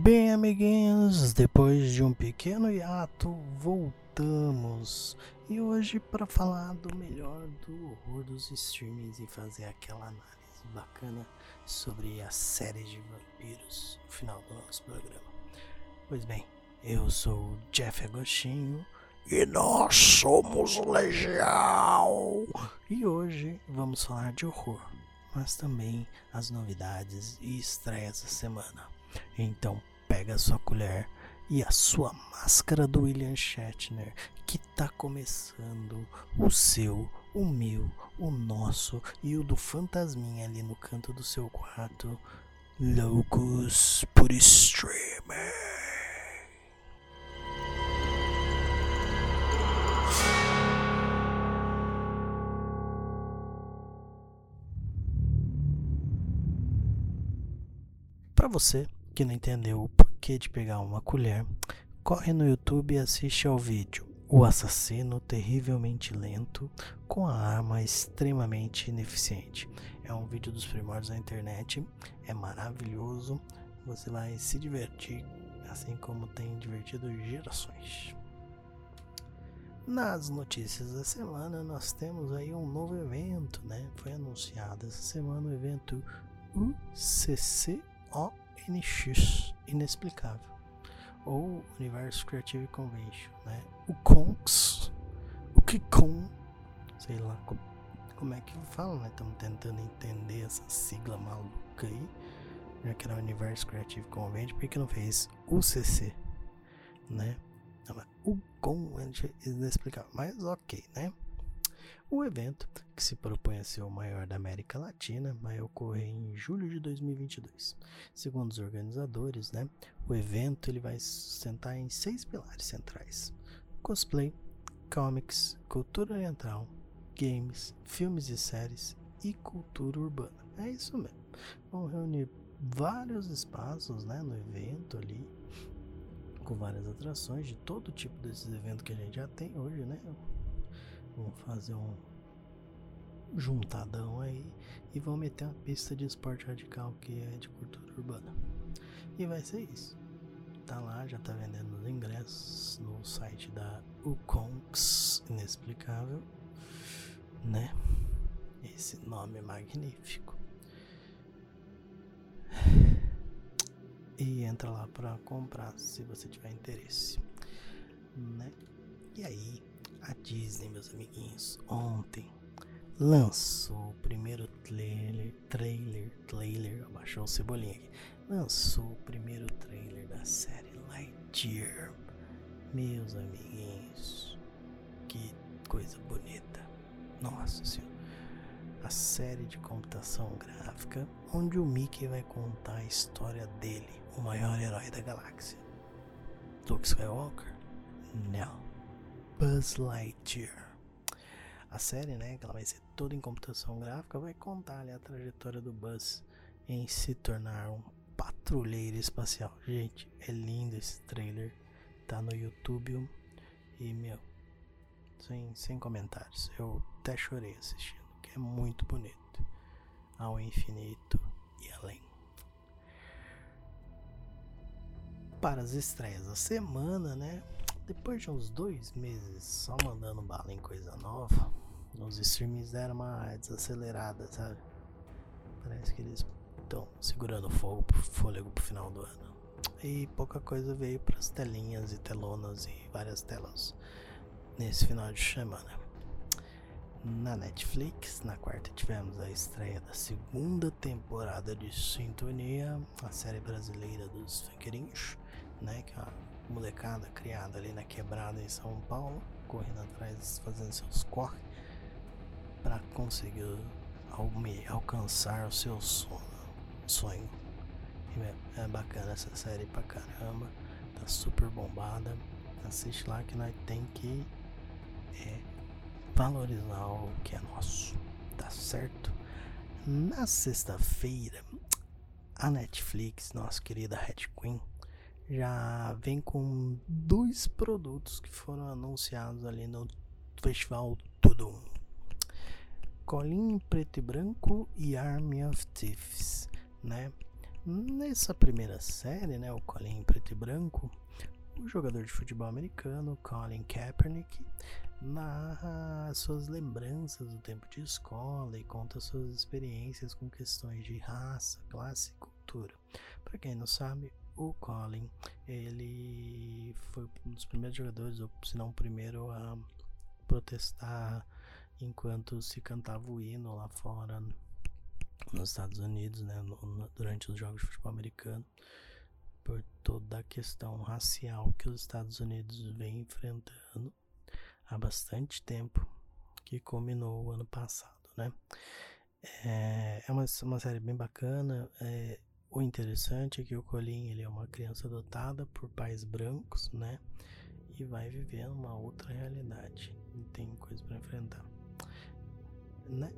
Bem, amiguinhos, depois de um pequeno hiato, voltamos. E hoje para falar do melhor do horror dos streamings e fazer aquela análise bacana sobre a série de vampiros no final do nosso programa. Pois bem, eu sou o Jeff Agostinho e nós somos Legião. E hoje vamos falar de horror, mas também as novidades e estreias da semana. Então pega a sua colher e a sua máscara do William Shatner, que tá começando o seu, o meu, o nosso e o do fantasminha ali no canto do seu quarto. Loucos por Streaming. Para você que não entendeu o porquê de pegar uma colher, corre no YouTube e assiste ao vídeo O Assassino Terrivelmente Lento com a Arma Extremamente Ineficiente. É um vídeo dos primórdios da internet, é maravilhoso, você vai se divertir, assim como tem divertido gerações. Nas notícias da semana nós temos aí um novo evento, né? Foi anunciado essa semana o evento UCCONX Inexplicável, ou Universo Creative Convention, né? O CONX, o KICON, sei lá como é que fala, né? Estamos tentando entender essa sigla maluca aí, já que era o Universo Creative Convention, por que não fez UCC, né? O CON Inexplicável, mas ok, né? O evento, que se propõe a ser o maior da América Latina, vai ocorrer em julho de 2022. Segundo os organizadores, né, o evento ele vai se sustentar em 6 pilares centrais: cosplay, comics, cultura oriental, games, filmes e séries e cultura urbana. É isso mesmo. Vão reunir vários espaços, né, no evento ali, com várias atrações de todo tipo desses eventos que a gente já tem hoje, né? Vamos fazer um juntadão aí e vão meter uma pista de esporte radical que é de cultura urbana. E vai ser isso. Tá lá, já tá vendendo os ingressos no site da UCONX Inexplicável, né? Esse nome é magnífico. E entra lá pra comprar se você tiver interesse, né? E aí, a Disney, meus amiguinhos, ontem lançou o primeiro trailer, abaixou o cebolinha aqui, lançou o primeiro trailer da série Lightyear. Meus amiguinhos, que coisa bonita, nossa senhora. A série de computação gráfica onde o Mickey vai contar a história dele, o maior herói da galáxia. Luke Skywalker? Não, Buzz Lightyear. A série, né, que ela vai ser toda em computação gráfica, vai contar ali a trajetória do Buzz em se tornar um patrulheiro espacial. Gente, é lindo esse trailer, tá no YouTube e, meu, sem comentários. Eu até chorei assistindo, que é muito bonito. Ao infinito e além. Para as estreias da semana, né? Depois de uns 2 meses só mandando bala em coisa nova, os streamings deram uma desacelerada, sabe? Parece que eles estão segurando fôlego pro final do ano. E pouca coisa veio pras telinhas e telonas e várias telas nesse final de semana. Na Netflix, na quarta tivemos a estreia da segunda temporada de Sintonia, a série brasileira dos funkeirinhos, né, que é uma molecada criada ali na quebrada em São Paulo, correndo atrás, fazendo seus corre para conseguir alcançar o seu sonho. E é bacana essa série pra caramba, tá super bombada. Assiste lá que nós tem que valorizar o que é nosso, tá certo? Na sexta-feira, a Netflix, nossa querida Red Queen, já vem com 2 produtos que foram anunciados ali no Festival Tudum: Colinha em Preto e Branco e Army of Thieves, né? Nessa primeira série, né, o Colin em preto e branco, o jogador de futebol americano Colin Kaepernick narra suas lembranças do tempo de escola e conta suas experiências com questões de raça, classe e cultura. Para quem não sabe, o Colin, ele foi um dos primeiros jogadores, ou se não o primeiro, a protestar enquanto se cantava o hino lá fora nos Estados Unidos, né, durante os jogos de futebol americano, por toda a questão racial que os Estados Unidos vem enfrentando há bastante tempo, que culminou o ano passado, né? É uma série bem bacana. O interessante é que o Colin, ele é uma criança adotada por pais brancos, né? E vai viver uma outra realidade e tem coisa para enfrentar, né?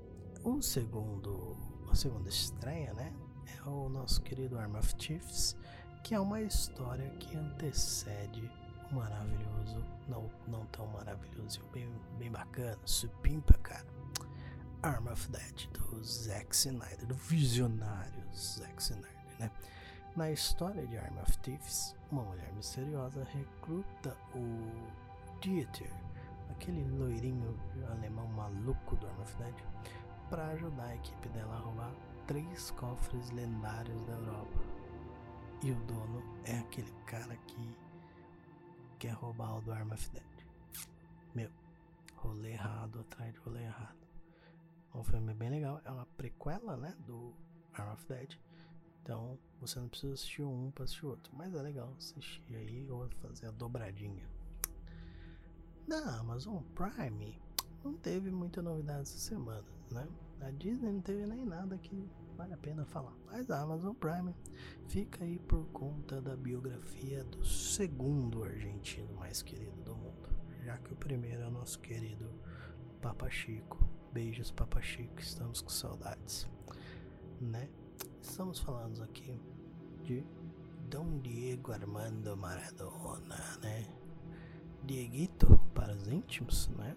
A segunda estreia, né, é o nosso querido Arm of Thieves, que é uma história que antecede o maravilhoso, não tão maravilhoso, bem bacana, supimpa, cara, Arm of Dead, do Zack Snyder, do visionário Zack Snyder, né? Na história de Arm of Thieves, uma mulher misteriosa recruta o Dieter, aquele loirinho alemão maluco do Arm of Dead, para ajudar a equipe dela a roubar 3 cofres lendários da Europa. E o dono é aquele cara que quer roubar o do Arm of Dead. Meu, rolê errado atrás de rolê errado. Um filme bem legal, é uma prequela, né, do Arm of Dead. Então você não precisa assistir um para assistir o outro, mas é legal assistir aí ou fazer a dobradinha. Na Amazon Prime não teve muita novidade essa semana, né? A Disney não teve nem nada que vale a pena falar, mas a Amazon Prime fica aí por conta da biografia do segundo argentino mais querido do mundo, já que o primeiro é o nosso querido Papa Chico. Beijos, Papa Chico, estamos com saudades, né? Estamos falando aqui de Dom Diego Armando Maradona, né? Dieguito para os íntimos, né?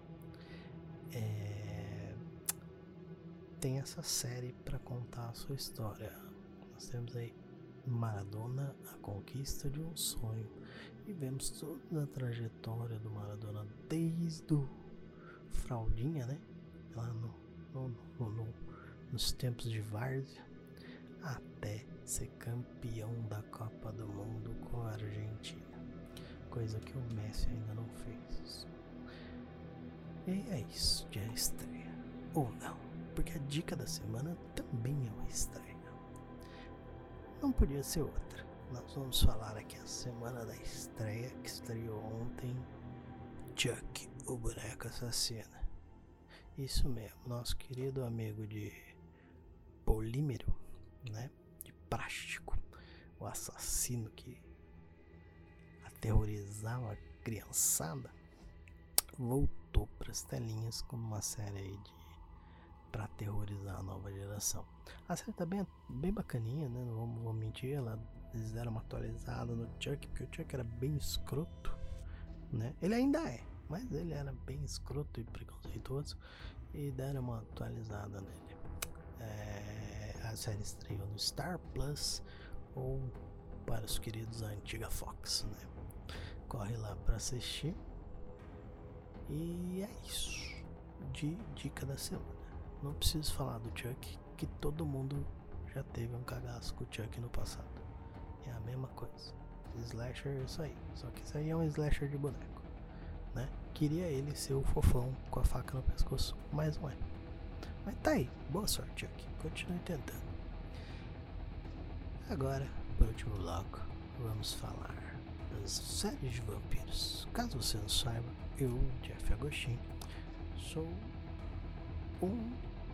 Tem essa série para contar a sua história. Nós temos aí Maradona, a conquista de um sonho, e vemos toda a trajetória do Maradona desde o fraldinha, né? Lá nos tempos de várzea, até ser campeão da Copa do Mundo com a Argentina, coisa que o Messi ainda não fez. E é isso, já é estreia. Ou não, porque a dica da semana também é uma estreia. Não podia ser outra. Nós vamos falar aqui a semana da estreia, que estreou ontem, Chuck, o boneco assassino. Isso mesmo, nosso querido amigo de polímero, né, de plástico, o assassino que aterrorizava a criançada, voltou para as telinhas como uma série aí para aterrorizar a nova geração. A série tá bem bacaninha, né? Não vou mentir, eles deram uma atualizada no Chuck, porque o Chuck era bem escroto, né? Ele ainda é, mas ele era bem escroto e preconceituoso, e deram uma atualizada nele. A série estreou no Star Plus, ou para os queridos a antiga Fox, né? Corre lá para assistir. E é isso de dica da semana. Não preciso falar do Chuck, que todo mundo já teve um cagaço com o Chuck no passado. É a mesma coisa. Slasher é isso aí, só que isso aí é um slasher de boneco, né? Queria ele ser o fofão com a faca no pescoço, mas não é. Mas tá aí, boa sorte, Chuck, continue tentando. Agora, por último bloco, vamos falar das séries de vampiros. Caso você não saiba, eu, Jeff Agostinho, sou um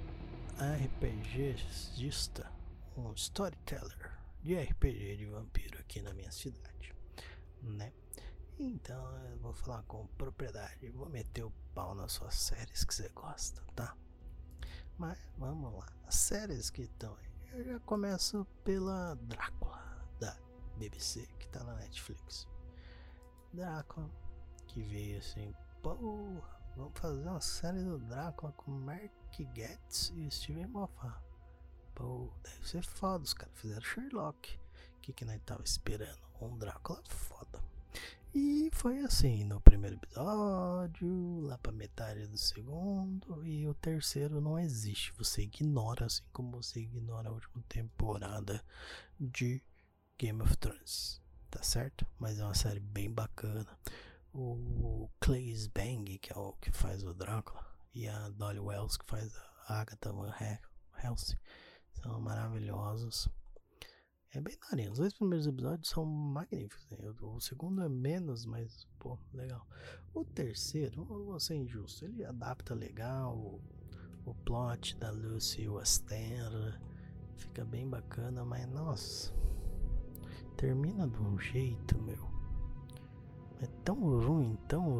RPGista, um storyteller de RPG de vampiro aqui na minha cidade, né? Então eu vou falar com propriedade, vou meter o pau nas suas séries que você gosta, tá? Mas vamos lá, as séries que estão aí, eu já começo pela Drácula da BBC, que tá na Netflix. Drácula, que veio assim, porra, vamos fazer uma série do Drácula com Mark Gatiss e Steven Moffat. Pô, deve ser foda, os caras fizeram Sherlock. O que nós tava esperando? Um Drácula foda. E foi assim no primeiro episódio, lá pra metade do segundo, e o terceiro não existe. Você ignora, assim como você ignora a última temporada de Game of Thrones, tá certo? Mas é uma série bem bacana. O Claes Bang, que é o que faz o Drácula, e a Dolly Wells, que faz a Agatha Van Helsing, são maravilhosos. É bem darinho. Os 2 primeiros episódios são magníficos, né? O segundo é menos, mas, pô, legal. O terceiro, não vou ser injusto, ele adapta legal o plot da Lucy Westenra, fica bem bacana, mas, nossa, termina de um jeito, meu. É tão ruim,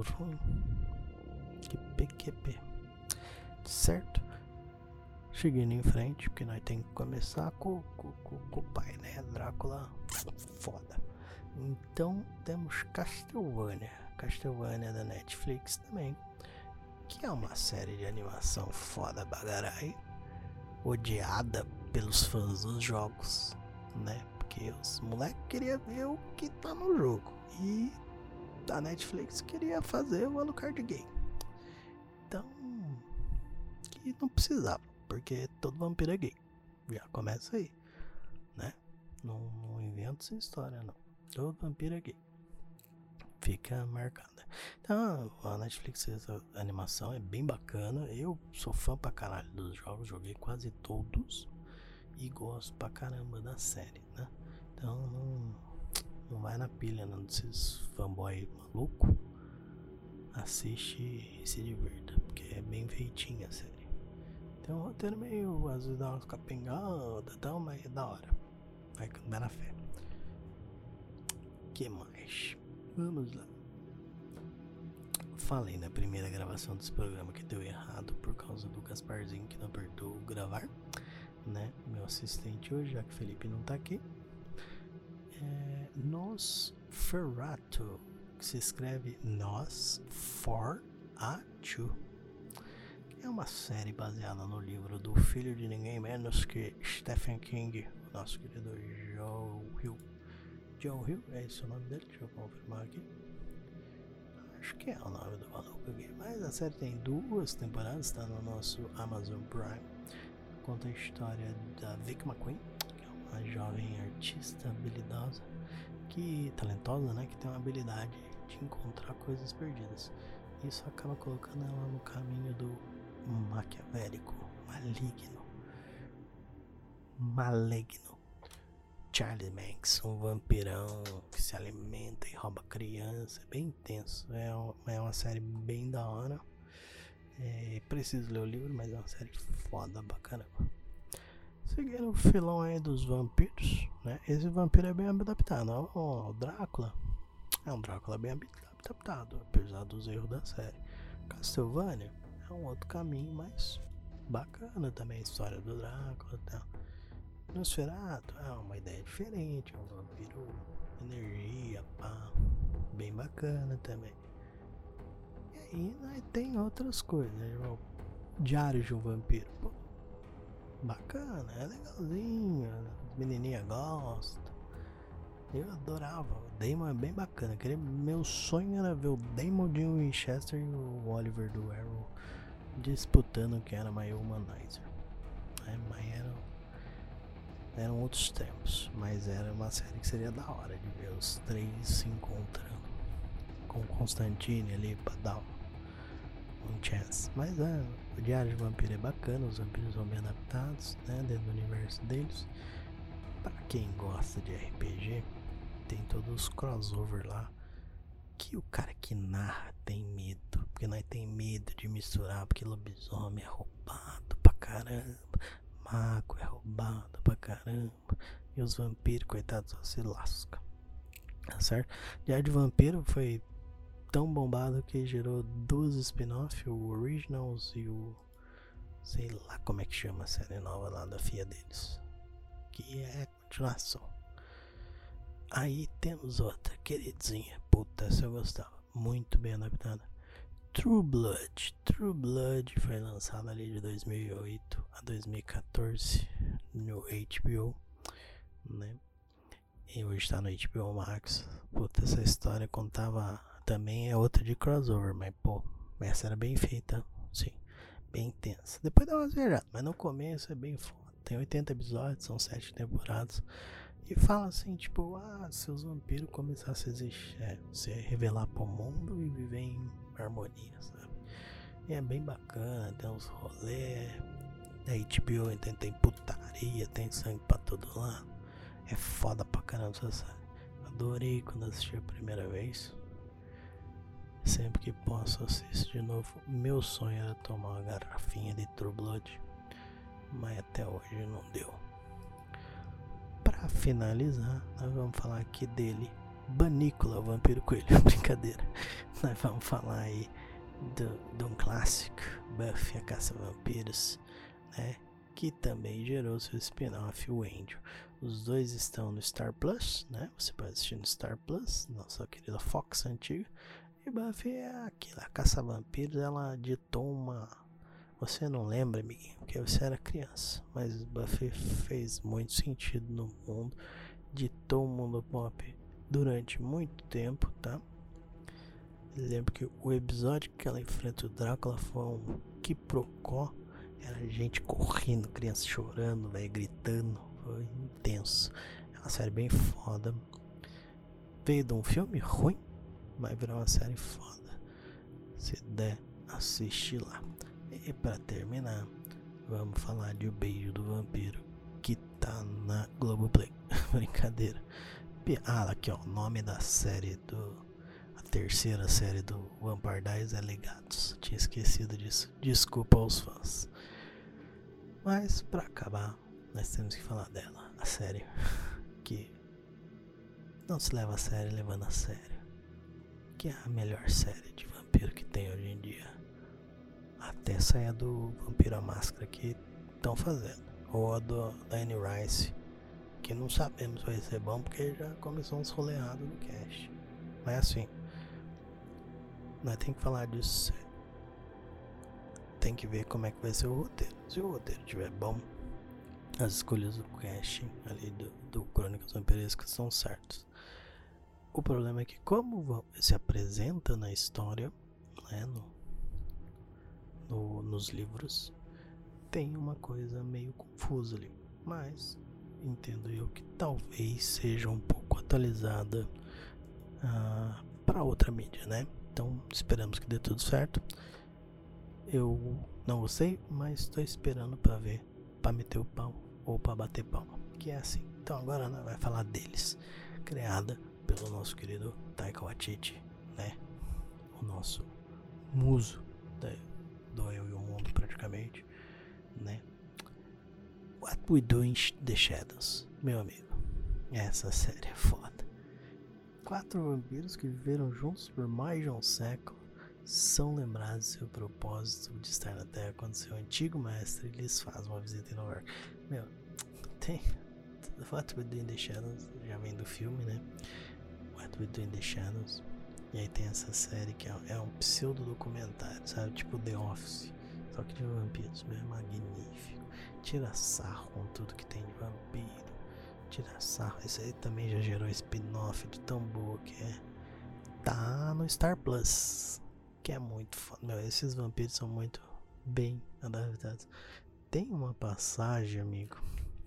que PQP. Certo? Seguindo em frente, porque nós temos que começar com o pai, né? Drácula, foda. Então temos Castlevania da Netflix também, que é uma série de animação foda bagarai, odiada pelos fãs dos jogos, né? Porque os moleques queriam ver o que tá no jogo e a Netflix queria fazer o Alucard gay. Então, que não precisava, porque todo vampiro é gay. Já começa aí, né? Não invento essa história, não. Todo vampiro é gay. Fica marcada. Então, a Netflix, essa animação é bem bacana. Eu sou fã pra caralho dos jogos, joguei quase todos e gosto pra caramba da série, né? Então, não vai na pilha não desses fanboy maluco. Assiste e se divirta, porque é bem feitinha a série. Tem um roteiro meio, às vezes dá umas capengadas e tal, mas é da hora. Vai na fé. Que mais? Vamos lá. Falei na primeira gravação desse programa que deu errado por causa do Gasparzinho que não apertou gravar, né? Meu assistente hoje, já que o Felipe não tá aqui. Nosferatu, que se escreve Nosferatu, que é uma série baseada no livro do filho de ninguém menos que Stephen King, nosso querido Joe Hill, é esse o nome dele? Deixa eu confirmar aqui. Acho que é o nome do maluco aqui. Mas a série tem 2 temporadas, está no nosso Amazon Prime. Conta a história da Vic McQueen, que é uma jovem artista habilidosa, talentosa, né? Que tem uma habilidade de encontrar coisas perdidas. Isso acaba colocando ela no caminho do maquiavélico, maligno Charlie Manx, um vampirão que se alimenta e rouba criança. É bem intenso. É uma série bem da hora. Preciso ler o livro, mas é uma série foda pra caramba. Seguindo o filão aí dos vampiros, né? Esse vampiro é bem adaptado. O Drácula é um Drácula bem adaptado, apesar dos erros da série. Castlevania é um outro caminho, mas bacana também a história do Drácula e tal. Nosferatu é uma ideia diferente, é um vampiro, energia, pá, bem bacana também. E aí, né, tem outras coisas, né? Diário de um Vampiro, pô, bacana, é legalzinho, as menininhas gostam. Eu adorava, o Damon é bem bacana. Meu sonho era ver o Damon de Winchester e o Oliver do Arrow disputando quem era maior humanizer. Mas eram outros tempos, mas era uma série que seria da hora de ver os 3 se encontrando com Constantine ali pra dar um chance. Mas o Diário de Vampiro é bacana, os vampiros são bem adaptados, né, dentro do universo deles. Pra quem gosta de RPG, tem todos os crossover lá que o cara que narra tem medo, porque nós tem medo de misturar, porque lobisomem é roubado pra caramba, mago é roubado pra caramba, e os vampiros, coitados, só se lascam, tá certo? Diário de Vampiro foi tão bombado que gerou 2 spin-off, o Originals e o, sei lá como é que chama a série nova lá da filha deles, que é continuação. Aí temos outra queridinha, puta, se eu gostava, muito bem adaptada, True Blood. True Blood foi lançado ali de 2008 a 2014 no HBO, né? E hoje tá no HBO Max. Puta, essa história contava também é outra de crossover, mas pô, essa era bem feita, sim, bem intensa. Depois dá umas viajadas, mas no começo é bem foda. Tem 80 episódios, são 7 temporadas. E fala assim, tipo, se os vampiros começassem a existir, se revelar pro mundo e viver em harmonia, sabe? E é bem bacana, tem uns rolê. Da HBO, então tem putaria, tem sangue pra todo lado. É foda pra caramba essa série. Adorei quando assisti a primeira vez. Sempre que posso assisto de novo. Meu sonho era tomar uma garrafinha de True Blood, mas até hoje não deu. Pra finalizar, nós vamos falar aqui dele, Banícola, o Vampiro Coelho. Brincadeira. Nós vamos falar aí de um clássico, Buffy, a Caça-Vampiros, né? Que também gerou seu spin-off, o Angel. Os dois estão no Star Plus, né? Você pode assistir no Star Plus, nossa querida Fox antiga. E Buffy é aquela Caça-Vampiros, ela ditou uma... Você não lembra, amiguinho, porque você era criança, mas Buffy fez muito sentido no mundo, ditou o mundo pop durante muito tempo, tá? Eu lembro que o episódio que ela enfrenta o Drácula foi um quiprocó, era gente correndo, criança chorando, velho, gritando, foi intenso. É uma série bem foda. Veio de um filme ruim, mas virou uma série foda. Se der, assiste lá. E pra terminar, vamos falar de O Beijo do Vampiro, que tá na Globoplay. Brincadeira. Aqui ó, o nome da série a terceira série do Vampire Diaries é Legados. Tinha esquecido disso. Desculpa aos fãs. Mas pra acabar, nós temos que falar dela, a série que não se leva a sério levando a sério, que é a melhor série de vampiro que tem hoje em dia. Até saia do Vampiro à Máscara que estão fazendo, ou a da Anne Rice, que não sabemos se vai ser bom porque já começou uns roleados no cast. Mas assim, nós temos que falar disso. Tem que ver como é que vai ser o roteiro. Se o roteiro estiver bom, as escolhas do casting ali do Crônicas Vampirescas são certas. O problema é que como se apresenta na história, né, nos livros, tem uma coisa meio confusa ali. Mas entendo eu que talvez seja um pouco atualizada para outra mídia, né? Então esperamos que dê tudo certo. Eu não gostei, mas estou esperando para ver, para meter o pau ou para bater palma, que é assim. Então agora nós vai falar deles, criada pelo nosso querido Taika Waititi, né? O nosso muso do Eu e o Mundo praticamente, né? What We Do in the Shadows, meu amigo, essa série é foda. 4 vampiros que viveram juntos por mais de um século são lembrados de seu propósito de estar na Terra quando seu antigo mestre lhes faz uma visita em Nova York. Meu, tem What We Do in the Shadows, já vem do filme, né? What We Do in the Shadows. E aí tem essa série que é um pseudo documentário, sabe? Tipo The Office, só que de vampiros, meu, é magnífico. Tira sarro com tudo que tem de vampiro. Tira sarro. Isso aí também já gerou spin-off de tão boa que é. Tá no Star Plus, que é muito foda. Meu, esses vampiros são muito bem adaptados. Tem uma passagem, amigo,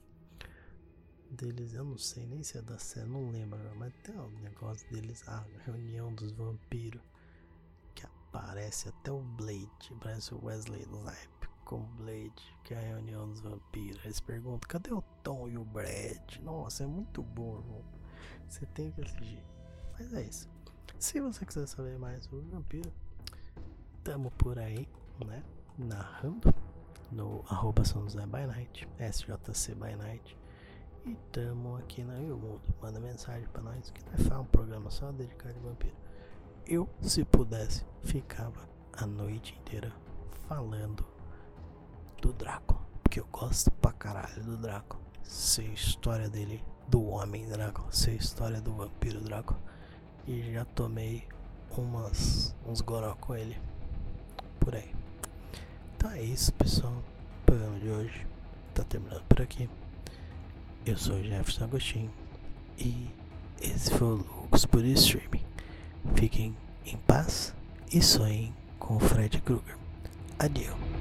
deles, eu não sei nem se é da série, não lembro, mas tem um negócio deles, a reunião dos vampiros, que aparece até o Blade, parece o Wesley Snipes com o Blade, que é a reunião dos vampiros. Eles perguntam, cadê o Tom e o Brad? Nossa, é muito bom, irmão. Você tem que assistir. Mas é isso. Se você quiser saber mais sobre o vampiro, tamo por aí, né? Narrando no @SãoJoséByNight, SJCByNight. E tamo aqui na Eu Mundo. Manda mensagem pra nós que nós faz um programa só dedicado de vampiro. Eu, se pudesse, ficava a noite inteira falando do Drácula, porque eu gosto pra caralho do Drácula. Sei a história dele, do homem Drácula, sei a história do vampiro Drácula. E já tomei uns goró com ele por aí. Então é isso, pessoal. O programa de hoje tá terminando por aqui. Eu sou o Jefferson Agostinho e esse foi o Loucos por Streaming. Fiquem em paz e sonhem com o Fred Krueger. Adeus.